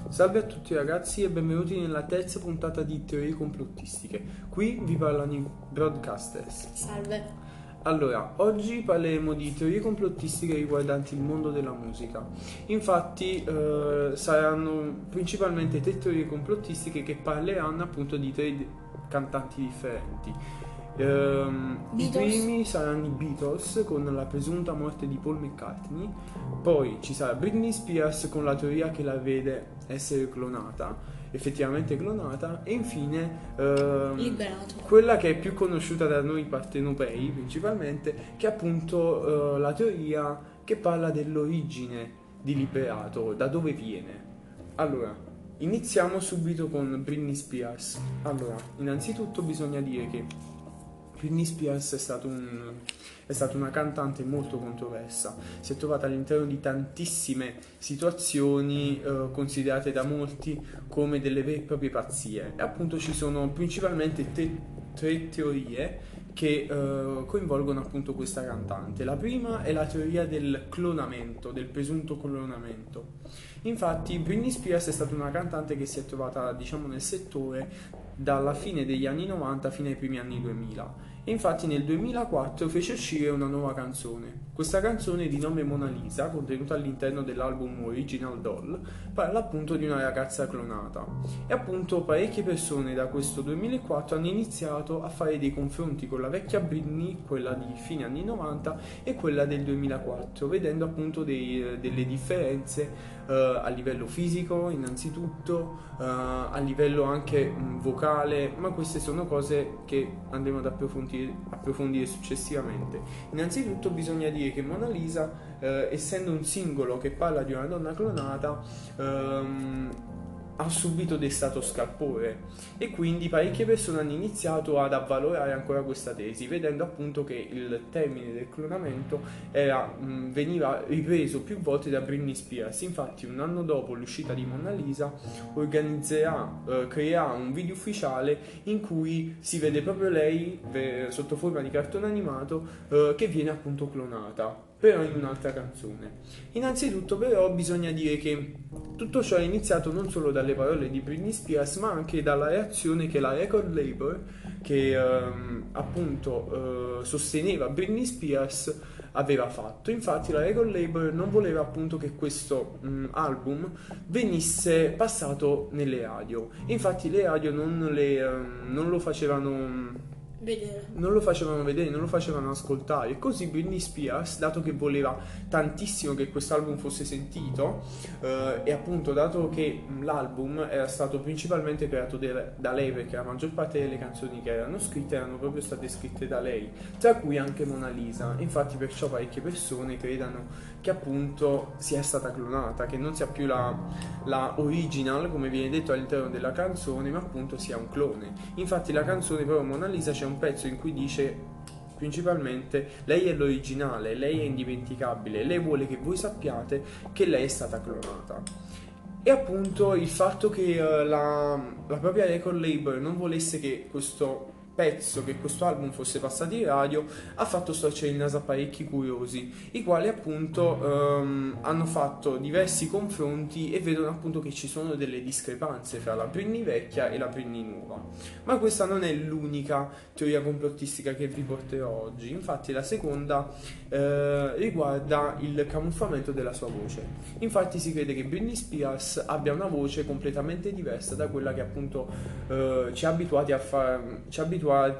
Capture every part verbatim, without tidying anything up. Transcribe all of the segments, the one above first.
Salve a tutti ragazzi e benvenuti nella terza puntata di Teorie Complottistiche. Qui vi parlano i broadcasters. Salve. Allora, oggi parleremo di teorie complottistiche riguardanti il mondo della musica. Infatti eh, saranno principalmente tre teorie complottistiche che parleranno appunto di tre cantanti differenti. Um, I primi saranno i Beatles con la presunta morte di Paul McCartney, poi ci sarà Britney Spears con la teoria che la vede essere clonata, effettivamente clonata, e infine um, quella che è più conosciuta da noi partenopei principalmente, che è appunto uh, la teoria che parla dell'origine di Liberato, da dove viene. Allora, iniziamo subito con Britney Spears. Allora, innanzitutto bisogna dire che Britney Spears è, stato un, è stata una cantante molto controversa, si è trovata all'interno di tantissime situazioni eh, considerate da molti come delle vere e proprie pazzie, e appunto ci sono principalmente tre, tre teorie che eh, coinvolgono appunto questa cantante. La prima è la teoria del clonamento, del presunto clonamento. Infatti Britney Spears è stata una cantante che si è trovata, diciamo, nel settore dalla fine degli anni novanta fino ai primi anni duemila, e infatti nel duemilaquattro fece uscire una nuova canzone. Questa canzone di nome Mona Lisa, contenuta all'interno dell'album Original Doll, parla appunto di una ragazza clonata, e appunto parecchie persone da questo duemilaquattro hanno iniziato a fare dei confronti con la vecchia Britney, quella di fine anni novanta, e quella del duemilaquattro, vedendo appunto dei, delle differenze Uh, a livello fisico innanzitutto, uh, a livello anche um, vocale, ma queste sono cose che andremo ad approfondire, approfondire successivamente. Innanzitutto bisogna dire che Mona Lisa, uh, essendo un singolo che parla di una donna clonata, um, ha subito del stato scalpore, e quindi parecchie persone hanno iniziato ad avvalorare ancora questa tesi, vedendo appunto che il termine del clonamento era, mh, veniva ripreso più volte da Britney Spears. Infatti un anno dopo l'uscita di Mona Lisa organizzerà, eh, creerà un video ufficiale in cui si vede proprio lei eh, sotto forma di cartone animato, eh, che viene appunto clonata, però in un'altra canzone. Innanzitutto però bisogna dire che tutto ciò è iniziato non solo dalle parole di Britney Spears, ma anche dalla reazione che la record label, che ehm, appunto eh, sosteneva Britney Spears, aveva fatto. Infatti la record label non voleva appunto che questo mh, album venisse passato nelle radio, infatti le radio non, le, ehm, non lo facevano Vedere. non lo facevano vedere, non lo facevano ascoltare, e così Britney Spears, dato che voleva tantissimo che questo album fosse sentito, eh, e appunto dato che l'album era stato principalmente creato de- da lei, perché la maggior parte delle canzoni che erano scritte erano proprio state scritte da lei, tra cui anche Mona Lisa. Infatti perciò parecchie persone credano che appunto sia stata clonata, che non sia più la, la original, come viene detto all'interno della canzone, ma appunto sia un clone. Infatti la canzone proprio Mona Lisa, c'è un pezzo in cui dice principalmente: lei è l'originale, lei è indimenticabile, lei vuole che voi sappiate che lei è stata clonata. E appunto il fatto che uh, la, la propria record label non volesse che questo pezzo, che questo album fosse passato in radio, ha fatto storcere il naso a parecchi curiosi, i quali appunto um, hanno fatto diversi confronti e vedono appunto che ci sono delle discrepanze fra la Britney vecchia e la Britney nuova. Ma questa non è l'unica teoria complottistica che vi porterò oggi. Infatti la seconda eh, riguarda il camuffamento della sua voce. Infatti si crede che Britney Spears abbia una voce completamente diversa da quella che appunto eh, ci ha abituati a far ci ha abituati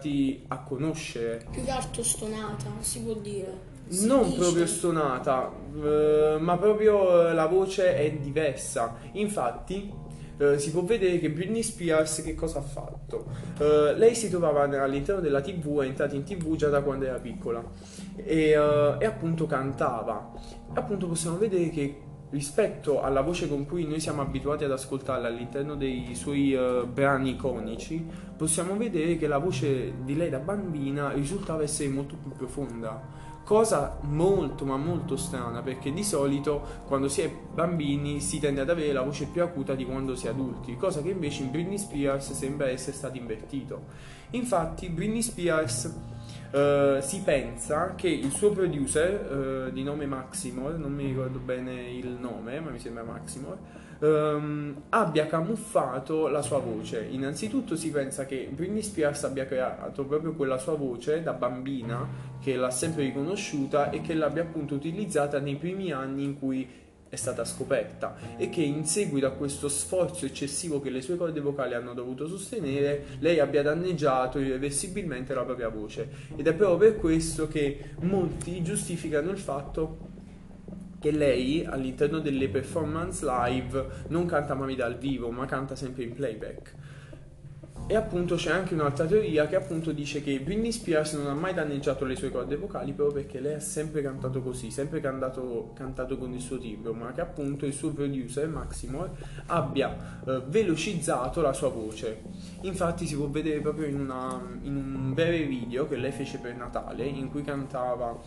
a conoscere. Più che altro stonata, si può dire. Si non dice. proprio stonata, eh, ma proprio la voce è diversa. Infatti eh, si può vedere che Britney Spears che cosa ha fatto? Eh, lei si trovava all'interno della tivù, è entrata in tivù già da quando era piccola, e, eh, e appunto cantava. E appunto possiamo vedere che rispetto alla voce con cui noi siamo abituati ad ascoltarla all'interno dei suoi uh, brani iconici, possiamo vedere che la voce di lei da bambina risultava essere molto più profonda, cosa molto ma molto strana, perché di solito quando si è bambini si tende ad avere la voce più acuta di quando si è adulti, cosa che invece in Britney Spears sembra essere stato invertito. Infatti Britney Spears Uh, si pensa che il suo producer uh, di nome Maximor, non mi ricordo bene il nome, ma mi sembra Maximor, um, abbia camuffato la sua voce. Innanzitutto si pensa che Britney Spears abbia creato proprio quella sua voce da bambina, che l'ha sempre riconosciuta e che l'abbia appunto utilizzata nei primi anni in cui è stata scoperta, e che in seguito a questo sforzo eccessivo che le sue corde vocali hanno dovuto sostenere, lei abbia danneggiato irreversibilmente la propria voce. Ed è proprio per questo che molti giustificano il fatto che lei all'interno delle performance live non canta mai dal vivo, ma canta sempre in playback. E appunto c'è anche un'altra teoria che appunto dice che Britney Spears non ha mai danneggiato le sue corde vocali proprio perché lei ha sempre cantato così, sempre cantato, cantato con il suo timbro, ma che appunto il suo producer Maximor abbia eh, velocizzato la sua voce. Infatti si può vedere proprio in, una, in un breve video che lei fece per Natale, in cui cantava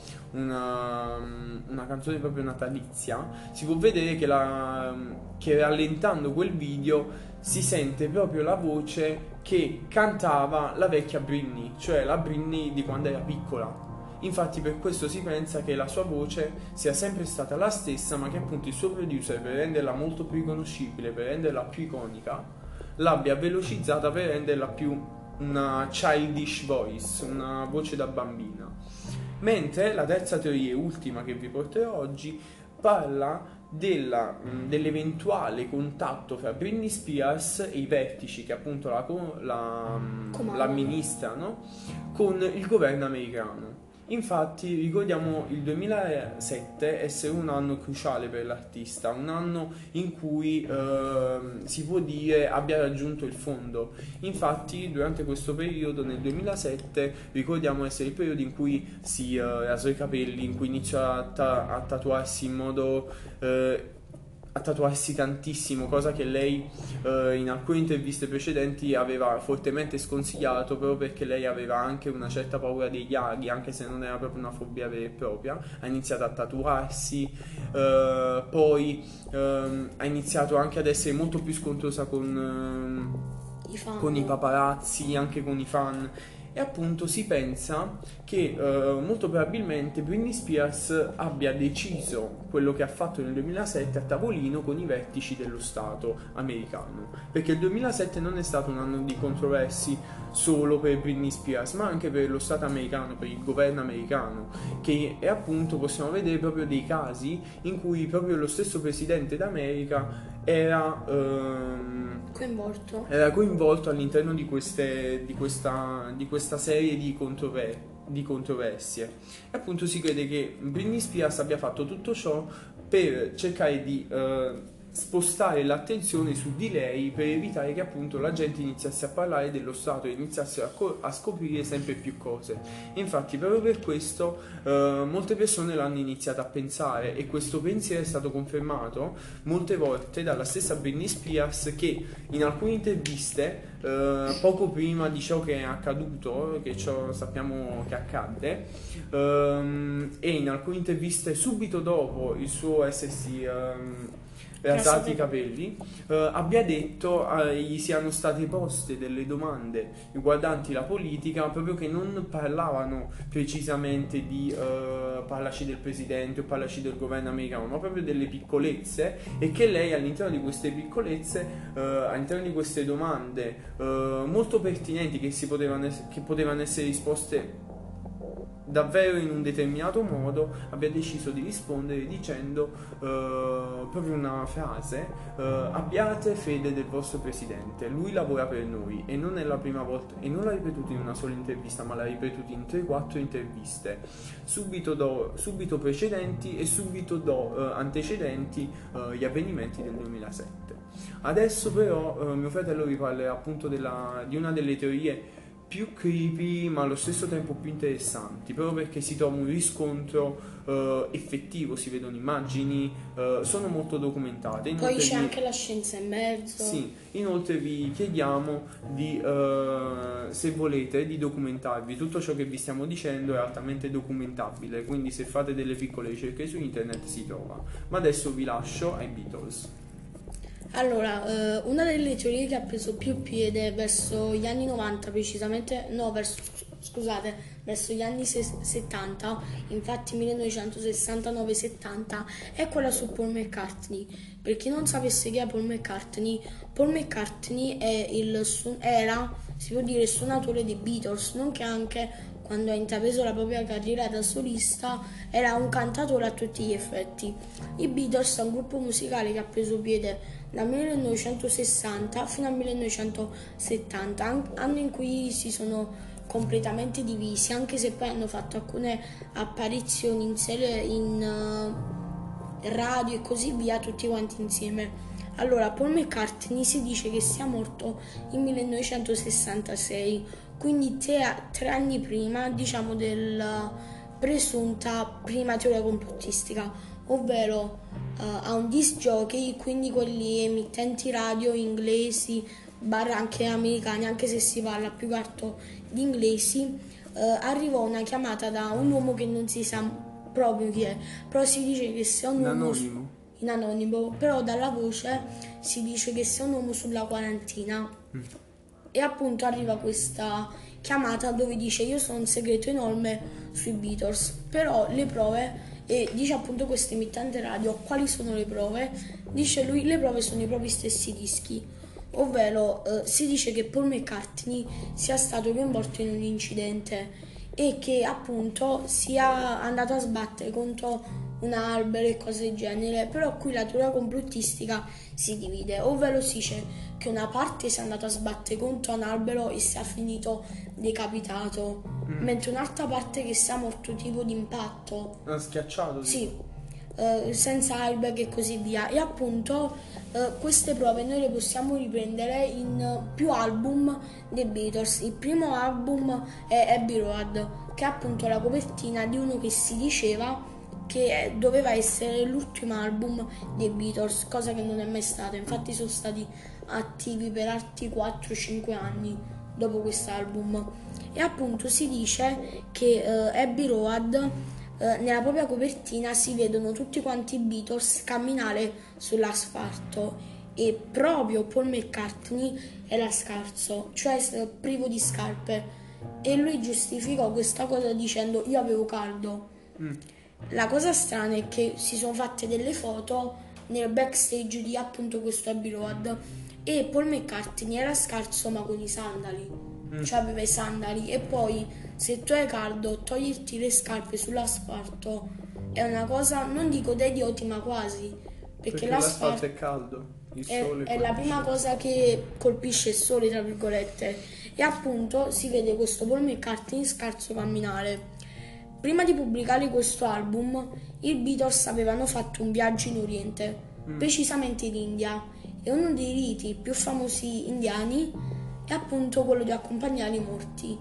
una, una canzone proprio natalizia. Si può vedere che, la, che rallentando quel video si sente proprio la voce che cantava la vecchia Britney, cioè la Britney di quando era piccola. Infatti per questo si pensa che la sua voce sia sempre stata la stessa, ma che appunto il suo producer, per renderla molto più riconoscibile, per renderla più iconica, l'abbia velocizzata per renderla più una childish voice, una voce da bambina. Mentre la terza teoria e ultima che vi porterò oggi parla della, dell'eventuale contatto fra Britney Spears e i vertici che appunto la, la, l'amministrano con il governo americano. Infatti ricordiamo il duemilasette essere un anno cruciale per l'artista, un anno in cui eh, si può dire abbia raggiunto il fondo. Infatti durante questo periodo, nel duemilasette, ricordiamo essere il periodo in cui si eh, rasò i capelli, in cui iniziò a, ta- a tatuarsi in modo... Eh, a tatuarsi tantissimo, cosa che lei eh, in alcune interviste precedenti aveva fortemente sconsigliato, proprio perché lei aveva anche una certa paura degli aghi, anche se non era proprio una fobia vera e propria. Ha iniziato a tatuarsi, eh, poi eh, ha iniziato anche ad essere molto più scontrosa con, eh, I fan. con i paparazzi, anche con i fan. E appunto si pensa che eh, molto probabilmente Britney Spears abbia deciso quello che ha fatto nel duemilasette a tavolino con i vertici dello Stato americano, perché il duemilasette non è stato un anno di controversi solo per Britney Spears, ma anche per lo Stato americano, per il governo americano, che è appunto, possiamo vedere proprio dei casi in cui proprio lo stesso presidente d'America era, ehm, coinvolto. era coinvolto all'interno di, queste, di, questa, di questa serie di, controver- di controversie. E appunto si crede che Britney Spears abbia fatto tutto ciò per cercare di eh, spostare l'attenzione su di lei, per evitare che appunto la gente iniziasse a parlare dello Stato e iniziasse a, co- a scoprire sempre più cose. Infatti proprio per questo eh, molte persone l'hanno iniziato a pensare, e questo pensiero è stato confermato molte volte dalla stessa Britney Spears, che in alcune interviste eh, poco prima di ciò che è accaduto, che ciò sappiamo che accadde, ehm, e in alcune interviste subito dopo il suo essersi ehm, rasati i capelli, eh, abbia detto eh, gli siano state poste delle domande riguardanti la politica, proprio che non parlavano precisamente di eh, parlaci del presidente o parlaci del governo americano, ma proprio delle piccolezze, e che lei all'interno di queste piccolezze, eh, all'interno di queste domande eh, molto pertinenti, che, si potevano, es- che potevano essere risposte davvero in un determinato modo, abbia deciso di rispondere dicendo eh, proprio una frase: eh, abbiate fede del vostro presidente, lui lavora per noi. E non è la prima volta, e non l'ha ripetuto in una sola intervista, ma l'ha ripetuto in tre quattro interviste subito, do, subito precedenti, e subito do, eh, antecedenti eh, gli avvenimenti del duemilasette. Adesso però eh, mio fratello vi parlerà appunto della, di una delle teorie più creepy ma allo stesso tempo più interessanti, proprio perché si trova un riscontro uh, effettivo, si vedono immagini, uh, sono molto documentate. Inoltre Poi c'è vi... anche la scienza in mezzo. Sì, inoltre vi chiediamo di, uh, se volete, di documentarvi. Tutto ciò che vi stiamo dicendo è altamente documentabile, quindi se fate delle piccole ricerche su internet si trova. Ma adesso vi lascio ai Beatles. Allora, eh, una delle teorie che ha preso più piede verso gli anni novanta, precisamente, no, verso, scusate, verso gli anni se- settanta, infatti millenovecentosessantanove settanta, è quella su Paul McCartney. Per chi non sapesse chi è Paul McCartney, Paul McCartney è il su- era, si può dire, il suonatore dei Beatles, nonché anche quando ha intrapreso la propria carriera da solista era un cantatore a tutti gli effetti. I Beatles è un gruppo musicale che ha preso piede dal millenovecentosessanta fino al millenovecentosettanta, an- anno in cui si sono completamente divisi, anche se poi hanno fatto alcune apparizioni in serie in eh, radio e così via, tutti quanti insieme. Allora, Paul McCartney si dice che sia morto nel millenovecentosessantasei, quindi tre, tre anni prima, diciamo, della presunta prima teoria complottistica, ovvero uh, a un disc jockey, quindi quelli emittenti radio inglesi, barra anche americani, anche se si parla più che altro di inglesi, uh, arrivò una chiamata da un uomo che non si sa proprio chi è, però si dice che sia un In uomo anonimo. in anonimo, però dalla voce si dice che sia un uomo sulla quarantina. Mm. E appunto arriva questa chiamata dove dice io so un segreto enorme sui Beatles, però le prove, e dice appunto questo emittente radio quali sono le prove, dice lui le prove sono i propri stessi dischi, ovvero eh, si dice che Paul McCartney sia stato coinvolto in un incidente e che appunto sia andato a sbattere contro un albero e cose del genere, però qui la teoria complottistica si divide, ovvero si dice che una parte sia andata a sbattere contro un albero e sia finito decapitato, mm. mentre un'altra parte che sia morto tipo d'impatto. Ha schiacciato? Sì, eh, senza airbag e così via. E appunto eh, queste prove noi le possiamo riprendere in più album dei Beatles. Il primo album è Abbey Road, che è appunto la copertina di uno che si diceva che doveva essere l'ultimo album dei Beatles, cosa che non è mai stata. Infatti sono stati attivi per altri quattro cinque anni dopo quest'album. E appunto si dice che eh, Abbey Road, eh, nella propria copertina si vedono tutti quanti i Beatles camminare sull'asfalto e proprio Paul McCartney era scarso, cioè privo di scarpe, e lui giustificò questa cosa dicendo io avevo caldo. Mm. La cosa strana è che si sono fatte delle foto nel backstage di appunto questo Abbey Road e Paul McCartney era scarso ma con i sandali, mm. cioè aveva i sandali, e poi se tu hai caldo toglierti le scarpe sull'asfalto è una cosa, non dico da idioti ma quasi, perché, perché l'asfalto, l'asfalto è caldo, il è, sole è la prima cosa che colpisce il sole tra virgolette, e appunto si vede questo Paul McCartney scarso camminare. Prima di pubblicare questo album, i Beatles avevano fatto un viaggio in Oriente, mm. precisamente in India, e uno dei riti più famosi indiani è appunto quello di accompagnare i morti.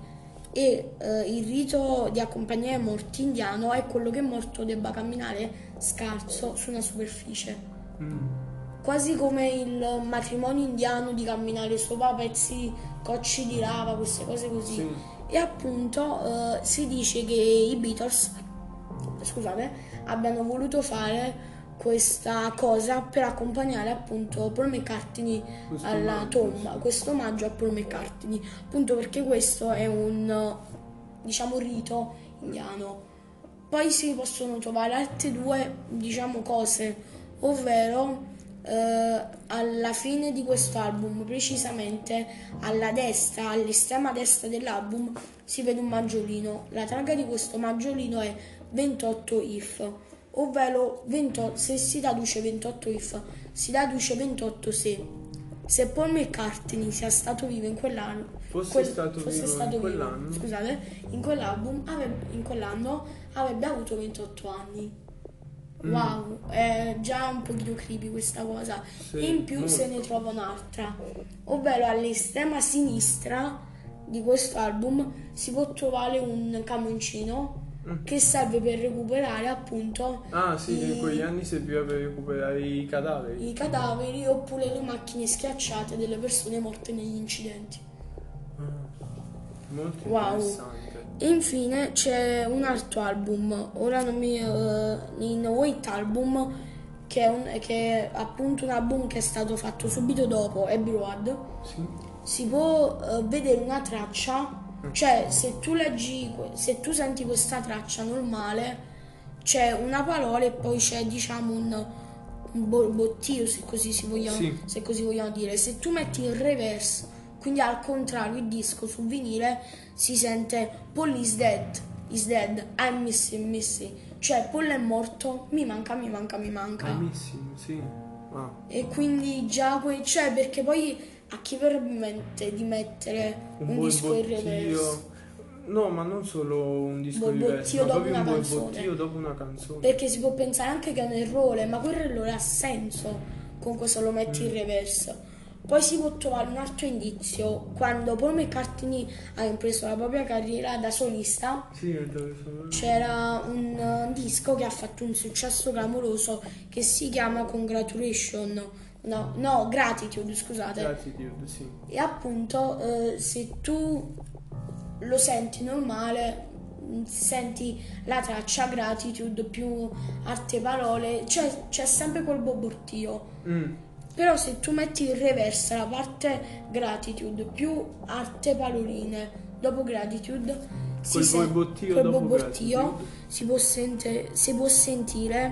E eh, il rito di accompagnare i morti indiano è quello che il morto debba camminare scalzo su una superficie. Mm. Quasi come il matrimonio indiano di camminare sopra pezzi, cocci di lava, queste cose così. Sì. E appunto eh, si dice che i Beatles, scusate, abbiano voluto fare questa cosa per accompagnare appunto Paul McCartney questo alla omaggio, tomba, sì. questo omaggio a Paul McCartney, appunto perché questo è un, diciamo, rito indiano. Poi si possono trovare altre due, diciamo, cose, ovvero Uh, alla fine di questo album, precisamente alla destra, all'estrema destra dell'album, si vede un maggiolino. La targa di questo maggiolino è ventotto if, ovvero ventotto, se si traduce ventotto if, si traduce ventotto se. Se Paul McCartney sia stato vivo in quell'anno, fosse quel, stato fosse vivo stato in quell'anno, vivo, scusate, in quell'album, avrebbe, in quell'anno avrebbe avuto ventotto anni. Wow, mm. è già un pochino creepy questa cosa. Sì, e in più molto. Se ne trova un'altra, ovvero all'estrema sinistra di questo album si può trovare un camioncino mm. che serve per recuperare appunto ah sì, i, in quegli anni serviva per recuperare i cadaveri i cadaveri oppure le macchine schiacciate delle persone morte negli incidenti. ah, molto wow. Interessante. E infine c'è un altro album, ora non mi uh, in White Album, che che è, un, che è appunto un album che è stato fatto subito dopo Abbey Road, Sì. si può eh, vedere una traccia, cioè se tu leggi, que- se tu senti questa traccia normale, c'è una parola e poi c'è diciamo un, un borbottio, se così, si vogliamo, Sì. se così vogliamo dire. Se tu metti il reverse, quindi al contrario il disco su vinile, si sente Paul is dead, is dead, I'm missing, missing. Cioè Paul è morto, mi manca, mi manca, mi manca. Bellissimo, sì. Ah. E quindi già que- cioè perché poi a chi verrebbe in mente di mettere un, Un disco in reverse? borbottio. No, ma non solo un disco Borbottio diverso, ma dopo proprio un una canzone. borbottio dopo una canzone. Perché si può pensare anche che è un errore, ma quel errore ha senso con cosa lo metti Mm. in reverse. Poi si può trovare un altro indizio quando Paul McCartney ha impreso la propria carriera da solista. Sì, è dove sono. C'era un uh, disco che ha fatto un successo clamoroso che si chiama Congratulation, no, no Gratitude, scusate. Gratitude, sì. E appunto eh, se tu lo senti normale, mh, senti la traccia Gratitude più arte parole, c'è, c'è sempre quel borbottio. Mm. Però se tu metti in reverse la parte Gratitude più arte paloline dopo Gratitude, Quel si borbottio quel dopo borbottio Gratitude. si può, sente- si può sentire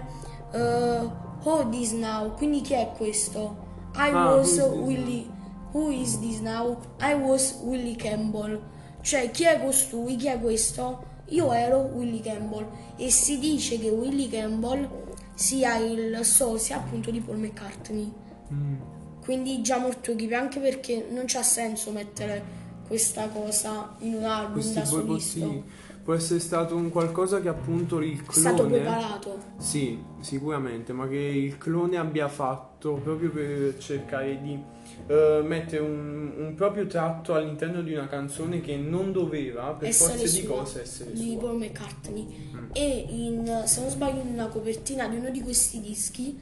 uh, Who This Now, quindi chi è questo? I Ah, was who is this Willie, who is this now? I was Willie Campbell, cioè chi è costui, chi è questo? Io ero Willie Campbell e si dice che Willie Campbell sia il sosia appunto di Paul McCartney. Mm. Quindi già molto equipe, anche perché non c'ha senso mettere questa cosa in un album Questi da solista. borbotti può essere stato un qualcosa che appunto il È stato clone. preparato. Sì, sicuramente, ma che il clone abbia fatto proprio per cercare di eh, mettere un, un proprio tratto all'interno di una canzone che non doveva per Essere forza di sua, cose essere di sua. Paul McCartney. Mm. E in, se non sbaglio in una copertina di uno di questi dischi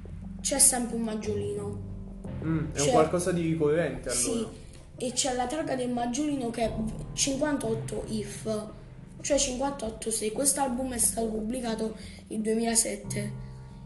c'è sempre un maggiolino. Mm, è un Cioè- qualcosa di ricorrente allora. Sì, e c'è la targa del maggiolino che è cinquantotto if, cioè cinquantotto se. Questo album è stato pubblicato nel duemilasette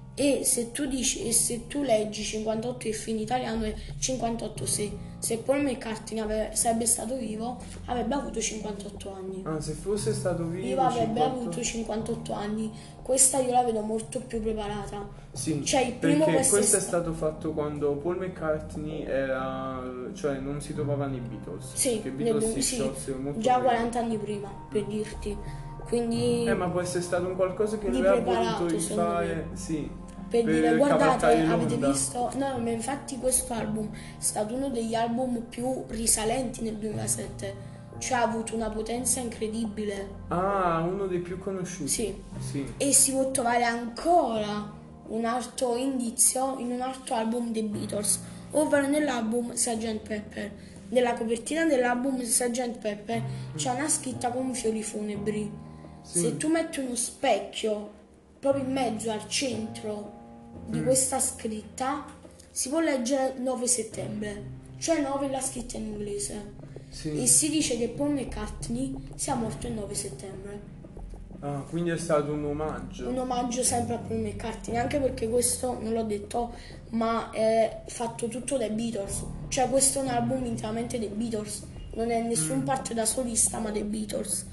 e se tu dici e se tu leggi cinquantotto if in italiano è cinquantotto se. Se Paul McCartney ave- sarebbe stato vivo avrebbe avuto cinquantotto anni. Ah, se fosse stato vivo, Vivo avrebbe cinquanta avuto cinquantotto anni. Questa io la vedo molto più preparata. Sì, Cioè, il primo perché questo è questo è sta- stato fatto quando Paul McCartney era, cioè non si trovava nei Beatles. Sì, che i nel Beatles du- si sì, sciolsero molto già prima. quaranta anni prima, per dirti. Quindi Eh, ma può essere stato un qualcosa che Di lui ha preparato, voluto secondo rifare, sì, per dire guardate, cavalcare avete l'onda. visto? No, ma infatti questo album è stato uno degli album più risalenti nel duemilasette. Cioè ha avuto una potenza incredibile. Ah, uno dei più conosciuti. Sì. Sì. E si può trovare ancora un altro indizio in un altro album dei Beatles, ovvero nell'album sergeant Pepper. Nella copertina dell'album sergeant Pepper c'è una scritta con fiori funebri. Sì. Se tu metti uno specchio proprio in mezzo al centro di Mm. questa scritta, si può leggere nove settembre, cioè nove la scritta in inglese. Sì. E si dice che Paul McCartney sia morto il nove settembre. Ah, quindi è stato un omaggio. Un omaggio sempre a Paul McCartney, anche perché questo non l'ho detto, ma è fatto tutto dai Beatles. Cioè questo è un album interamente dei Beatles, non è nessun Mm. parte da solista, ma dei Beatles.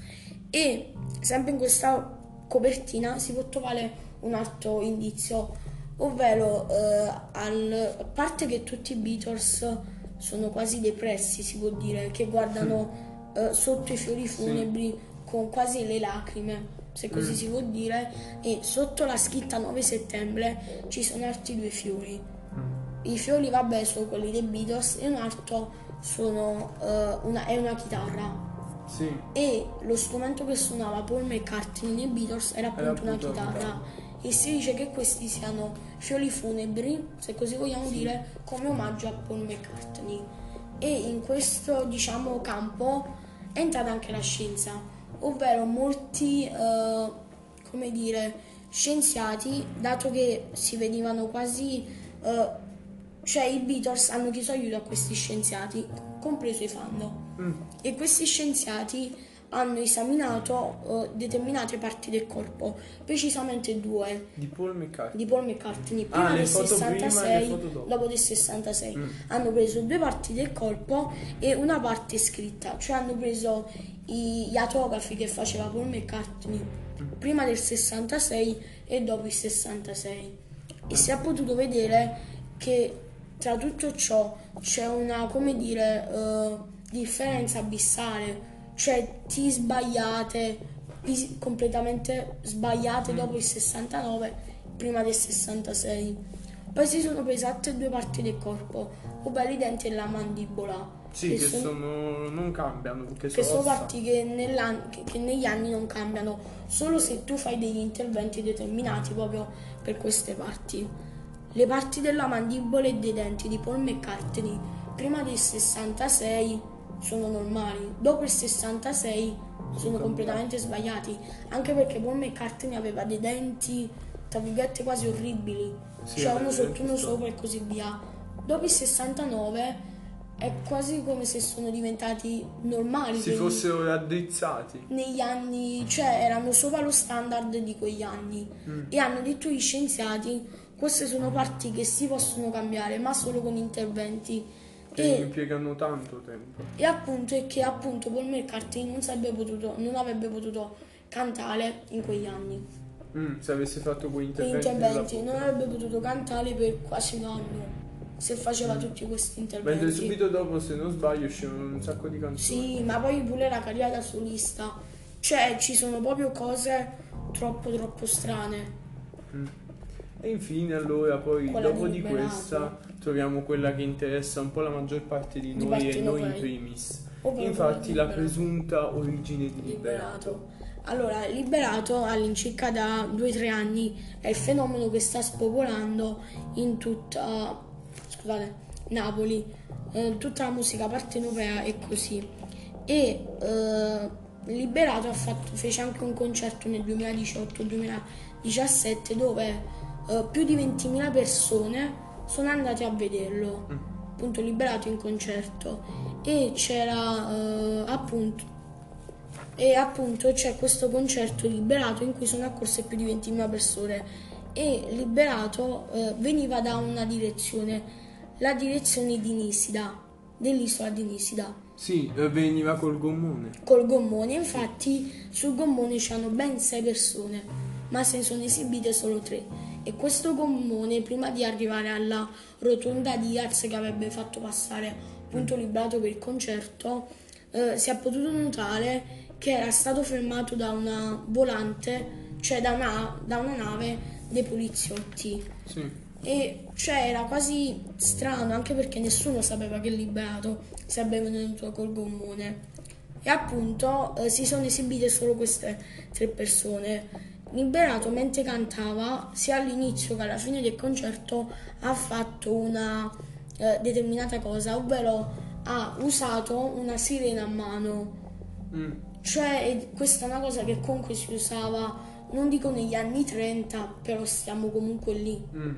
E sempre in questa copertina si può trovare un altro indizio, ovvero eh, al, a parte che tutti i Beatles sono quasi depressi, si può dire, che guardano eh, sotto i fiori funebri con quasi le lacrime, se così Mm. si può dire, e sotto la scritta nove settembre ci sono altri due fiori. Mm. I fiori, vabbè, sono quelli dei Beatles e un altro sono, eh, una, è una chitarra. Sì. E lo strumento che suonava Paul McCartney nei Beatles era appunto una appunto la chitarra. chitarra. E si dice che questi siano fiori funebri, se così vogliamo Sì. dire, come omaggio a Paul McCartney. E in questo, diciamo, campo è entrata anche la scienza, ovvero molti, eh, come dire, scienziati, dato che si vedevano quasi, eh, cioè i Beatles hanno chiesto aiuto a questi scienziati, compreso i fan. Mm. E questi scienziati hanno esaminato uh, determinate parti del corpo, precisamente due, Di Paul McCartney. di Paul McCartney, prima Ah, le del foto prima e le sessantasei, foto dopo. dopo del sessantasei. Mm. Hanno preso due parti del corpo e una parte scritta, cioè hanno preso i- gli autografi che faceva Paul McCartney prima del sessantasei e dopo il sessantasei. E si è potuto vedere che tra tutto ciò c'è una, come dire, eh, differenza abissale, cioè T sbagliate, P completamente sbagliate dopo il sessantanove, prima del sessantasei. Poi si sono prese altre due parti del corpo, ovvero i denti e la mandibola. Sì, che, sono, non cambiano, perché che sono sono ossa. parti che, nell'an- che- che negli anni non cambiano, solo se tu fai degli interventi determinati proprio per queste parti. Le parti della mandibola e dei denti di Paul McCartney prima del sessantasei sono normali, dopo il sessantasei sono completamente sbagliati, anche perché Paul McCartney aveva dei denti, tra virgolette, quasi orribili, Sì, cioè aveva uno i sotto denti uno storti. sopra e così via. Dopo il sessantanove è quasi come se sono diventati normali. Si per- fossero raddrizzati. negli anni, cioè erano sopra lo standard di quegli anni. Mm. E hanno detto gli scienziati, queste sono parti che si possono cambiare, ma solo con interventi. Che E, impiegano tanto tempo. e appunto è che appunto Paul McCartney non sarebbe potuto, non avrebbe potuto cantare in quegli anni. Mm, se avesse fatto quei Quegli interventi. interventi della non bocca. avrebbe potuto cantare per quasi un anno se faceva tutti questi interventi. Mentre subito dopo, se non sbaglio, uscivano un sacco di canzoni. Sì, ma poi pure la carriera da solista. Cioè, ci sono proprio cose troppo troppo strane. Mm. E infine allora poi Quella dopo di di Liberato. questa troviamo quella che interessa un po' la maggior parte di Di noi e parte noi in noi. primis. Ovvero Infatti quella la di presunta origine di Liberato. Liberato. Allora, Liberato all'incirca da due o tre anni è il fenomeno che sta spopolando in tutta, scusate, Napoli, eh, tutta la musica partenopea e così. E eh, Liberato ha fatto, fece anche un concerto nel duemiladiciotto duemiladiciassette dove eh, più di ventimila persone sono andate a vederlo, appunto Liberato in concerto. E c'era eh, appunto e appunto c'è questo concerto Liberato in cui sono accorse più di ventimila persone e Liberato eh, veniva da una direzione, la direzione di Nisida, dell'isola di Nisida, Sì, eh, veniva col gommone. col gommone. Infatti sul gommone c'erano ben sei persone, ma se ne sono esibite solo tre. E questo gommone, prima di arrivare alla rotonda Diaz che avrebbe fatto passare appunto Liberato per il concerto, eh, si è potuto notare che era stato fermato da una volante, cioè da una, da una nave dei poliziotti. Sì. E cioè era quasi strano, anche perché nessuno sapeva che Liberato sarebbe venuto col gommone. E appunto eh, si sono esibite solo queste tre persone. Liberato, mentre cantava, sia all'inizio che alla fine del concerto, ha fatto una eh, determinata cosa, ovvero ha usato una sirena a mano. Mm. Cioè, e questa è una cosa che comunque si usava, non dico negli anni trenta, però stiamo comunque lì. Mm.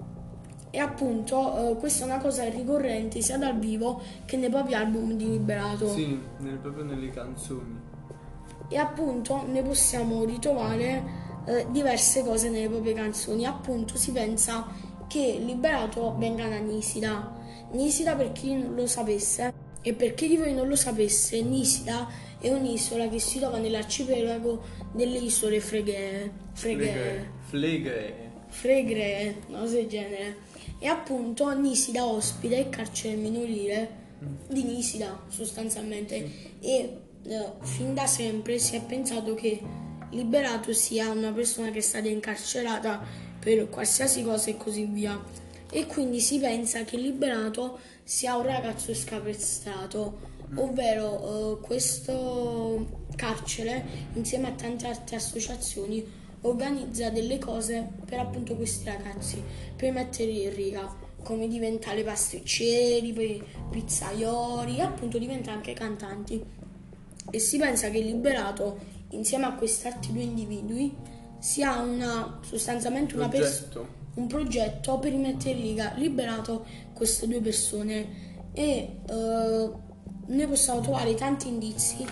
E appunto eh, questa è una cosa ricorrente sia dal vivo che nei propri album di Liberato. Sì, nel- proprio nelle canzoni. E appunto ne possiamo ritrovare eh, diverse cose nelle proprie canzoni. Appunto si pensa che Liberato venga da Nisida. Nisida, per chi non lo sapesse, e per chi di voi non lo sapesse, Nisida è un'isola che si trova nell'arcipelago delle isole Freghe. Freghe. Fleghe. Freghe, una cosa del genere. E appunto Nisida ospita il carcere minorile di Nisida sostanzialmente. E eh, fin da sempre si è pensato che Liberato sia una persona che è stata incarcerata per qualsiasi cosa e così via. E quindi si pensa che Liberato sia un ragazzo scapestrato, ovvero eh, questo carcere insieme a tante altre associazioni organizza delle cose per appunto questi ragazzi, per metterli in riga, come diventare pasticceri, poi pizzaioli e appunto diventare anche cantanti. E si pensa che Liberato, insieme a questi altri due individui, sia una sostanzialmente una persona, Progetto. un progetto per mettere in riga Liberato queste due persone. E eh, noi possiamo trovare tanti indizi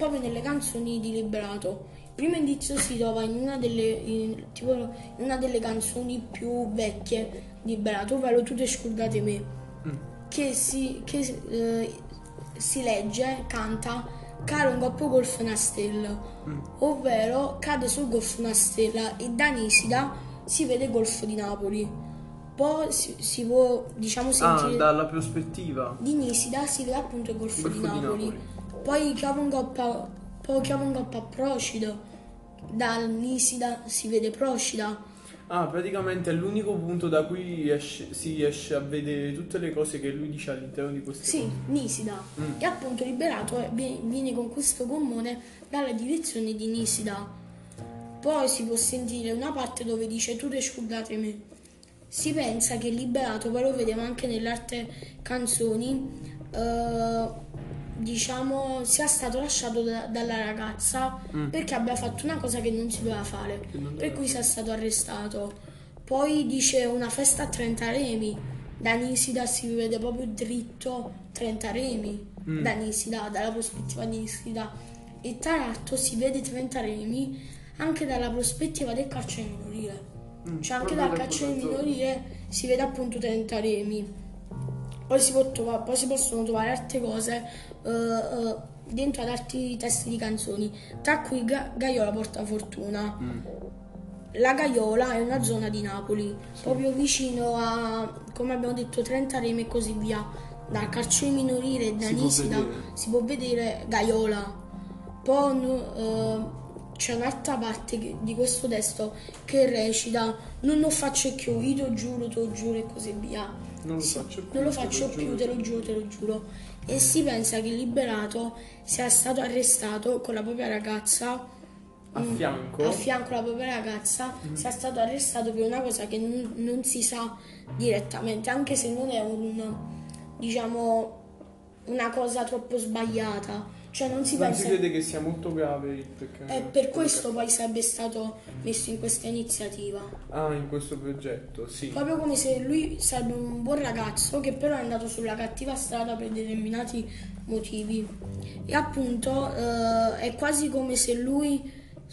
proprio nelle canzoni di Liberato. Il primo indizio si trova in una delle, in, tipo, in una delle canzoni più vecchie di Liberato, ovvero Tu te scordate me, Mm. che, si, che eh, si legge, canta Caro un coppo golfo una stella, Mm. ovvero cade sul golfo una stella e da Nisida si vede il golfo di Napoli. Poi si, si può, diciamo, Ah, sentire dalla prospettiva. di Nisida si vede appunto il golfo, Il di, golfo di Napoli. Napoli. Poi chiama un coppa, poi chiama un coppa a Procida, dal Nisida si vede Procida. Ah, praticamente è l'unico punto da cui esce- si riesce a vedere tutte le cose che lui dice all'interno di queste Sì, cose. Nisida. Mm. E appunto Liberato è- viene, viene con questo gommone dalla direzione di Nisida. Poi si può sentire una parte dove dice Tu te scordate me. Si pensa che Liberato, poi lo vediamo anche nelle altre canzoni, eh, diciamo sia stato lasciato da- dalla ragazza Mm. perché abbia fatto una cosa che non si doveva fare, Che non per doveva cui sia stato arrestato. Poi dice una festa a trenta remi, da Nisida si vede proprio dritto trenta remi, Mm. da Nisida, dalla prospettiva di Nisida. E tra l'altro si vede trenta remi anche dalla prospettiva del carcere minorile. Mm, Cioè anche proprio dal da carcere quella zona. minorile si vede appunto trenta remi. Poi si, può trova- poi si possono trovare altre cose eh, eh, dentro ad altri testi di canzoni, tra cui Ga- Gaiola porta fortuna. Mm. La Gaiola è una zona di Napoli, proprio vicino a, come abbiamo detto, trenta remi e così via. Dal carcere minorile e da Si può Nisida vedere. si può vedere Gaiola. Poi no, eh, c'è un'altra parte che- di questo testo che recita Non lo faccio più, io te lo giuro, te lo giuro e così via. Non lo Sì, faccio più, non lo te lo faccio più, giuro. te lo giuro, te lo giuro. E si pensa che Liberato sia stato arrestato con la propria ragazza A mm, fianco? a fianco alla propria ragazza, sia stato arrestato per una cosa che non, non si sa direttamente, anche se non è un, diciamo, una cosa troppo sbagliata. Cioè non si Non pensa. si crede che sia molto grave il perché. E per questo poi sarebbe stato messo in questa iniziativa. Ah, in questo progetto, sì. Proprio come se lui sarebbe un buon ragazzo che però è andato sulla cattiva strada per determinati motivi. E appunto eh, è quasi come se lui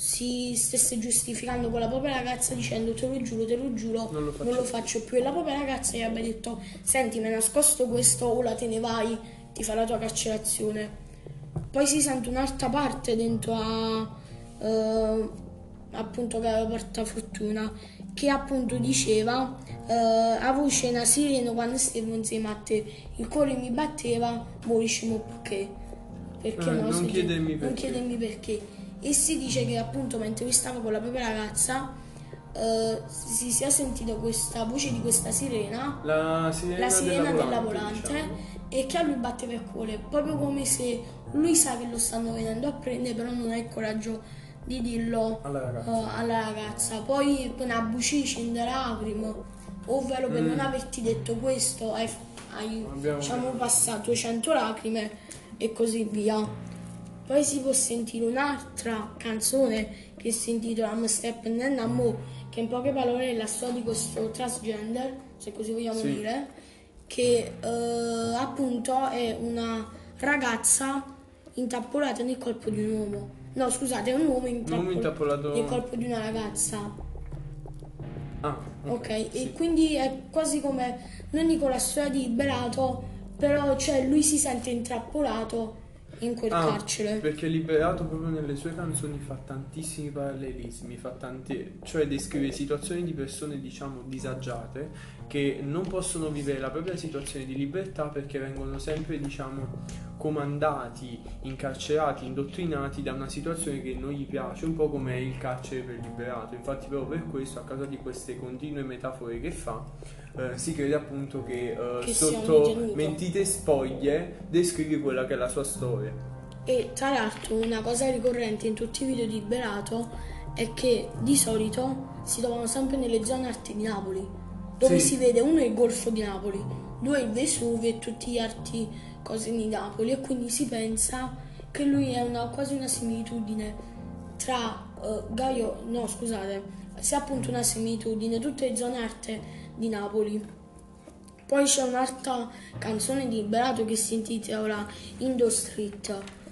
si stesse giustificando con la propria ragazza dicendo te lo giuro, te lo giuro, Non lo faccio non lo faccio più. E la propria ragazza gli abbia detto senti, mi hai nascosto questo, ora te ne vai, ti fa la tua carcerazione. Poi si sente un'altra parte dentro a eh, appunto che porta fortuna, che appunto diceva eh, a voce una sirena quando stavo insieme a te, il cuore mi batteva, moriscimo perché perché Eh, no, non se- chiedermi non perché. chiedermi perché. E si dice che appunto mentre lui stava con la propria ragazza eh, si sia sentito questa voce di questa sirena, La sirena, la sirena della della volante, volante, diciamo. e che a lui batteva il cuore, proprio come se lui sa che lo stanno venendo a prendere, però non ha il coraggio di dirlo Alla ragazza. eh, alla ragazza. Poi una bucici in lacrime, ovvero per Mm. non averti detto questo hai, hai Abbiamo- diciamo, passato cento lacrime e così via. Poi si può sentire un'altra canzone che si intitola I'm Stepping and I'm Mo, che in poche parole è la storia di questo transgender, se così vogliamo Sì. dire, che eh, appunto è una ragazza intrappolata nel corpo di un uomo. No, scusate, è un uomo intrappol- intrappolato- nel corpo di una ragazza. Ah, Ok, sì. e quindi è quasi come, non dico la storia di Liberato, però cioè lui si sente intrappolato in quel Ah, carcere. perché Liberato proprio nelle sue canzoni fa tantissimi parallelismi, fa tanti, cioè descrive situazioni di persone diciamo disagiate che non possono vivere la propria situazione di libertà perché vengono sempre diciamo comandati, incarcerati, indottrinati da una situazione che non gli piace, un po' come il carcere per Liberato. Infatti proprio per questo, a causa di queste continue metafore che fa, eh, si crede appunto che, eh, Che sia un sotto detenuto. mentite spoglie descrive quella che è la sua storia. E tra l'altro una cosa ricorrente in tutti i video di Liberato è che di solito si trovano sempre nelle zone arti di Napoli, dove Sì. si vede uno il Golfo di Napoli, due il Vesuvio e tutti gli arti cose di Napoli, e quindi si pensa che lui è una, quasi una similitudine tra eh, Gaio, no scusate, sia appunto una similitudine tutte le zone arte di Napoli. Poi c'è un'altra canzone di Liberato che si intitola Indo Street,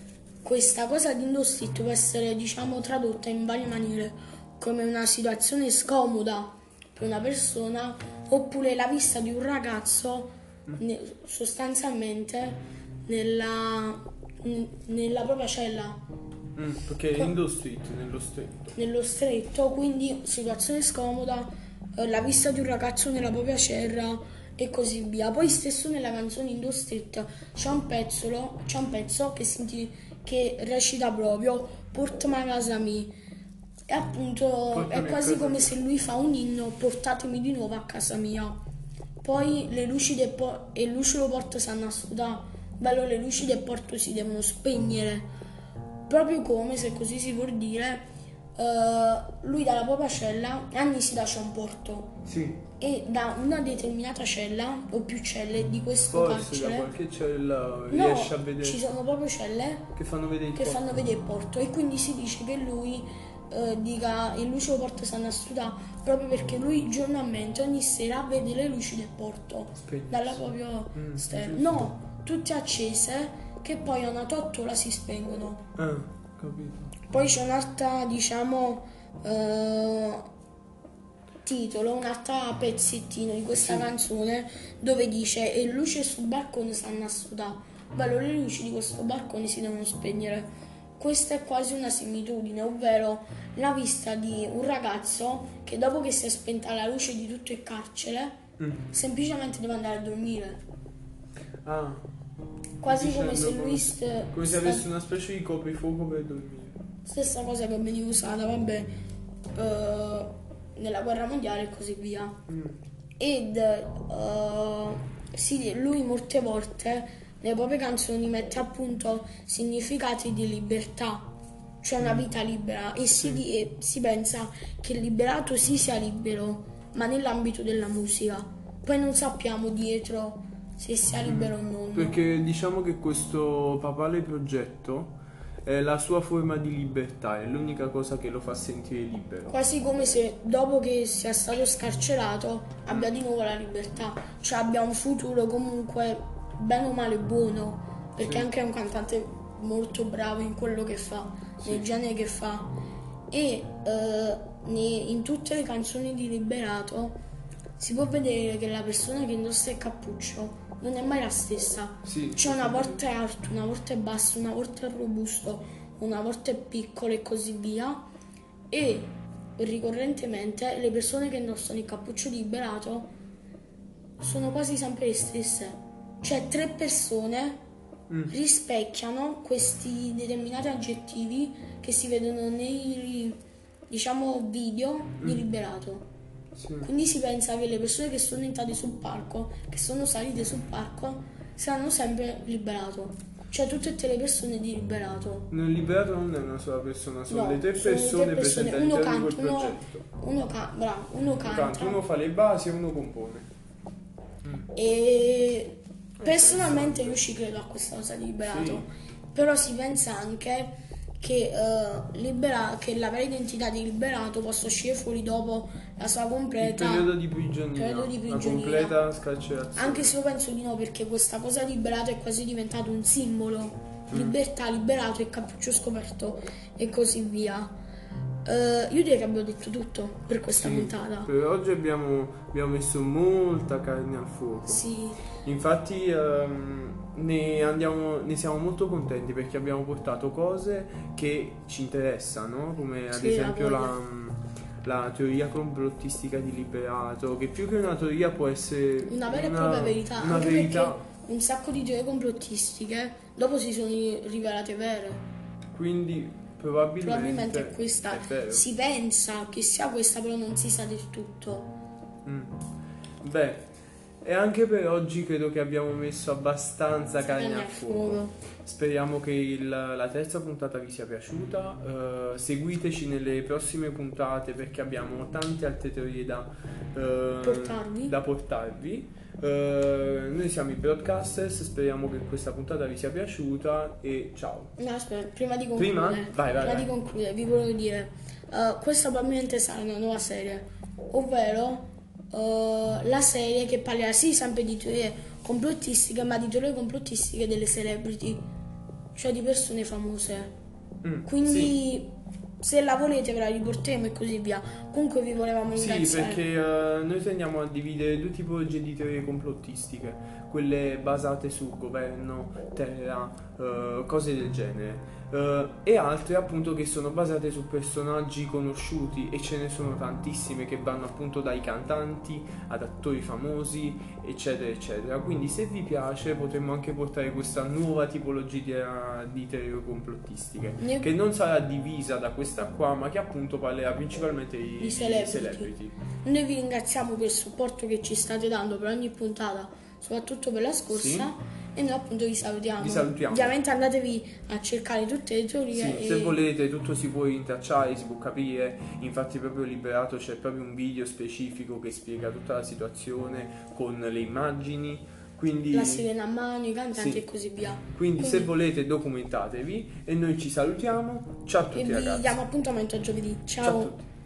questa cosa di indossare può essere, diciamo, tradotta in varie maniere, come una situazione scomoda per una persona, oppure la vista di un ragazzo ne- sostanzialmente nella, n- nella propria cella, Mm, perché Co- Indo Street, nello stretto. nello stretto, quindi situazione scomoda, eh, la vista di un ragazzo nella propria cella e così via. Poi stesso nella canzone Indo Street c'è un pezzo, c'è un pezzo che, si inti- che recita proprio Portami a casa mi. E appunto Portami è a quasi casa come mia. se lui fa un inno, portatemi di nuovo a casa mia. Poi le luci del po- e luci lo porto sanno a sudare. Bello, le luci del porto si devono spegnere. Proprio come, se così si vuol dire, eh, lui dalla propria cella, Anni si lascia un porto Sì, e da una determinata cella o più celle di questo forse da carcere, qualche cella no, riesce a vedere ci sono proprio celle che fanno vedere il che porto. fanno vedere il porto e quindi si dice che lui eh, dica il luce lo porto sanno a sudare proprio perché lui giornalmente ogni sera vede le luci del porto Spegnersi. dalla propria Mm, stella. giusto. No, tutte accese che poi a una tottola si spengono. Ah, capito. Poi c'è un'altra, diciamo, eh, titolo, un'altra pezzettino di questa Sì. canzone dove dice e luce sul balcone stanno a sudare. Bello, le luci di questo balcone si devono spegnere. Questa è quasi una similitudine, ovvero la vista di un ragazzo che dopo che si è spenta la luce di tutto il carcere, Mm. semplicemente deve andare a dormire. Ah, Quasi come dicendo se lui st- come se sta- avesse una specie di coprifuoco per dormire. stessa cosa che veniva usata, vabbè, eh, nella guerra mondiale e così via. Mm. Ed eh, sì, lui molte volte nelle proprie canzoni mette appunto significati di libertà, cioè una vita libera, e si, di- e si pensa che il liberato sì sia libero, ma nell'ambito della musica. Poi non sappiamo dietro se sia libero o non. Perché diciamo che questo papale progetto è la sua forma di libertà, è l'unica cosa che lo fa sentire libero. Quasi come se dopo che sia stato scarcerato abbia di nuovo la libertà, cioè abbia un futuro comunque bene o male buono, perché Sì. anche è un cantante molto bravo in quello che fa, nei generi che fa. E eh, ne- in tutte le canzoni di Liberato si può vedere che la persona che indossa il cappuccio non è mai la stessa. Sì, C'è sì, una sì. volta è alto, una volta è basso, una volta è robusto, una volta è piccolo e così via. E ricorrentemente le persone che indossano il cappuccio di Liberato sono quasi sempre le stesse. Cioè tre persone Mm. rispecchiano questi determinati aggettivi che si vedono nei, diciamo, video di Liberato. Sì. Quindi si pensa che le persone che sono entrate sul palco, che sono salite sul palco, saranno sempre Liberato. Cioè tutte e tre le persone di Liberato. Nel liberato non è una sola persona, sono No, le tre sono le persone, tre persone. presenti Uno all'interno di canta, quel uno, progetto. uno, ca- bravo, uno Uno canta. canta, uno fa le basi e uno compone. E personalmente io ci credo a questa cosa di Liberato. Sì. Però si pensa anche che, eh, libera- che la vera identità di Liberato possa uscire fuori dopo la sua Il completa. periodo di prigionia, periodo di la prigionia. completa scarcerazione. Anche se io penso di no, perché questa cosa di Liberato è quasi diventato un simbolo. Libertà, liberato e cappuccio scoperto e così via. Eh, io direi che abbiamo detto tutto per questa Sì, puntata. per oggi abbiamo, abbiamo messo molta carne al fuoco. Sì, Infatti ehm, ne, andiamo, ne siamo molto contenti perché abbiamo portato cose che ci interessano, come ad Sì, esempio la la, voglia. la teoria complottistica di Liberato, che più che una teoria può essere una vera e propria verità. una Anche verità. perché un sacco di teorie complottistiche dopo si sono rivelate vere. Quindi probabilmente, Probabilmente è questa. è vero. Si pensa che sia questa, però non si sa del tutto. Mm. Beh, e anche per oggi credo che abbiamo messo abbastanza carne al fuoco. Speriamo che il- la terza puntata vi sia piaciuta. eh, seguiteci nelle prossime puntate perché abbiamo tante altre teorie da, eh, Portarvi. da portarvi. Eh, noi siamo i Broadcasters, speriamo che questa puntata vi sia piaciuta e ciao. No, aspetta, prima di concludere, Prima? Vai, vai, prima vai. di concludere vi volevo dire, eh, questa probabilmente sarà una nuova serie, ovvero eh, la serie che parlerà sì sempre di teorie complottistiche, ma di teorie complottistiche delle celebrity. cioè di persone famose. Mm, Quindi sì. se la volete ve la riporteremo e così via. Comunque vi volevamo Sì, ringraziare. perché eh, noi tendiamo a dividere due tipologie di teorie complottistiche, quelle basate su governo, terra, eh, cose del genere, eh, e altre appunto che sono basate su personaggi conosciuti, e ce ne sono tantissime che vanno appunto dai cantanti ad attori famosi, eccetera, eccetera. Quindi se vi piace potremmo anche portare questa nuova tipologia di, di teorie complottistiche, Ne- che non sarà divisa da questa qua, ma che appunto parlerà principalmente di, Di di celebrity. celebrity. Noi vi ringraziamo per il supporto che ci state dando per ogni puntata, soprattutto per la scorsa. E noi appunto vi salutiamo. Vi salutiamo. Ovviamente andatevi a cercare tutte le teorie. Sì, e... se volete tutto si può rintracciare, si può capire, infatti proprio Liberato c'è proprio un video specifico che spiega tutta la situazione con le immagini, quindi, la sirena a mano, i cantanti sì. e così via. Quindi se volete documentatevi e noi ci salutiamo, ciao a E tutti vi ragazzi. diamo appuntamento a giovedì. Ciao a Ciao. tutti.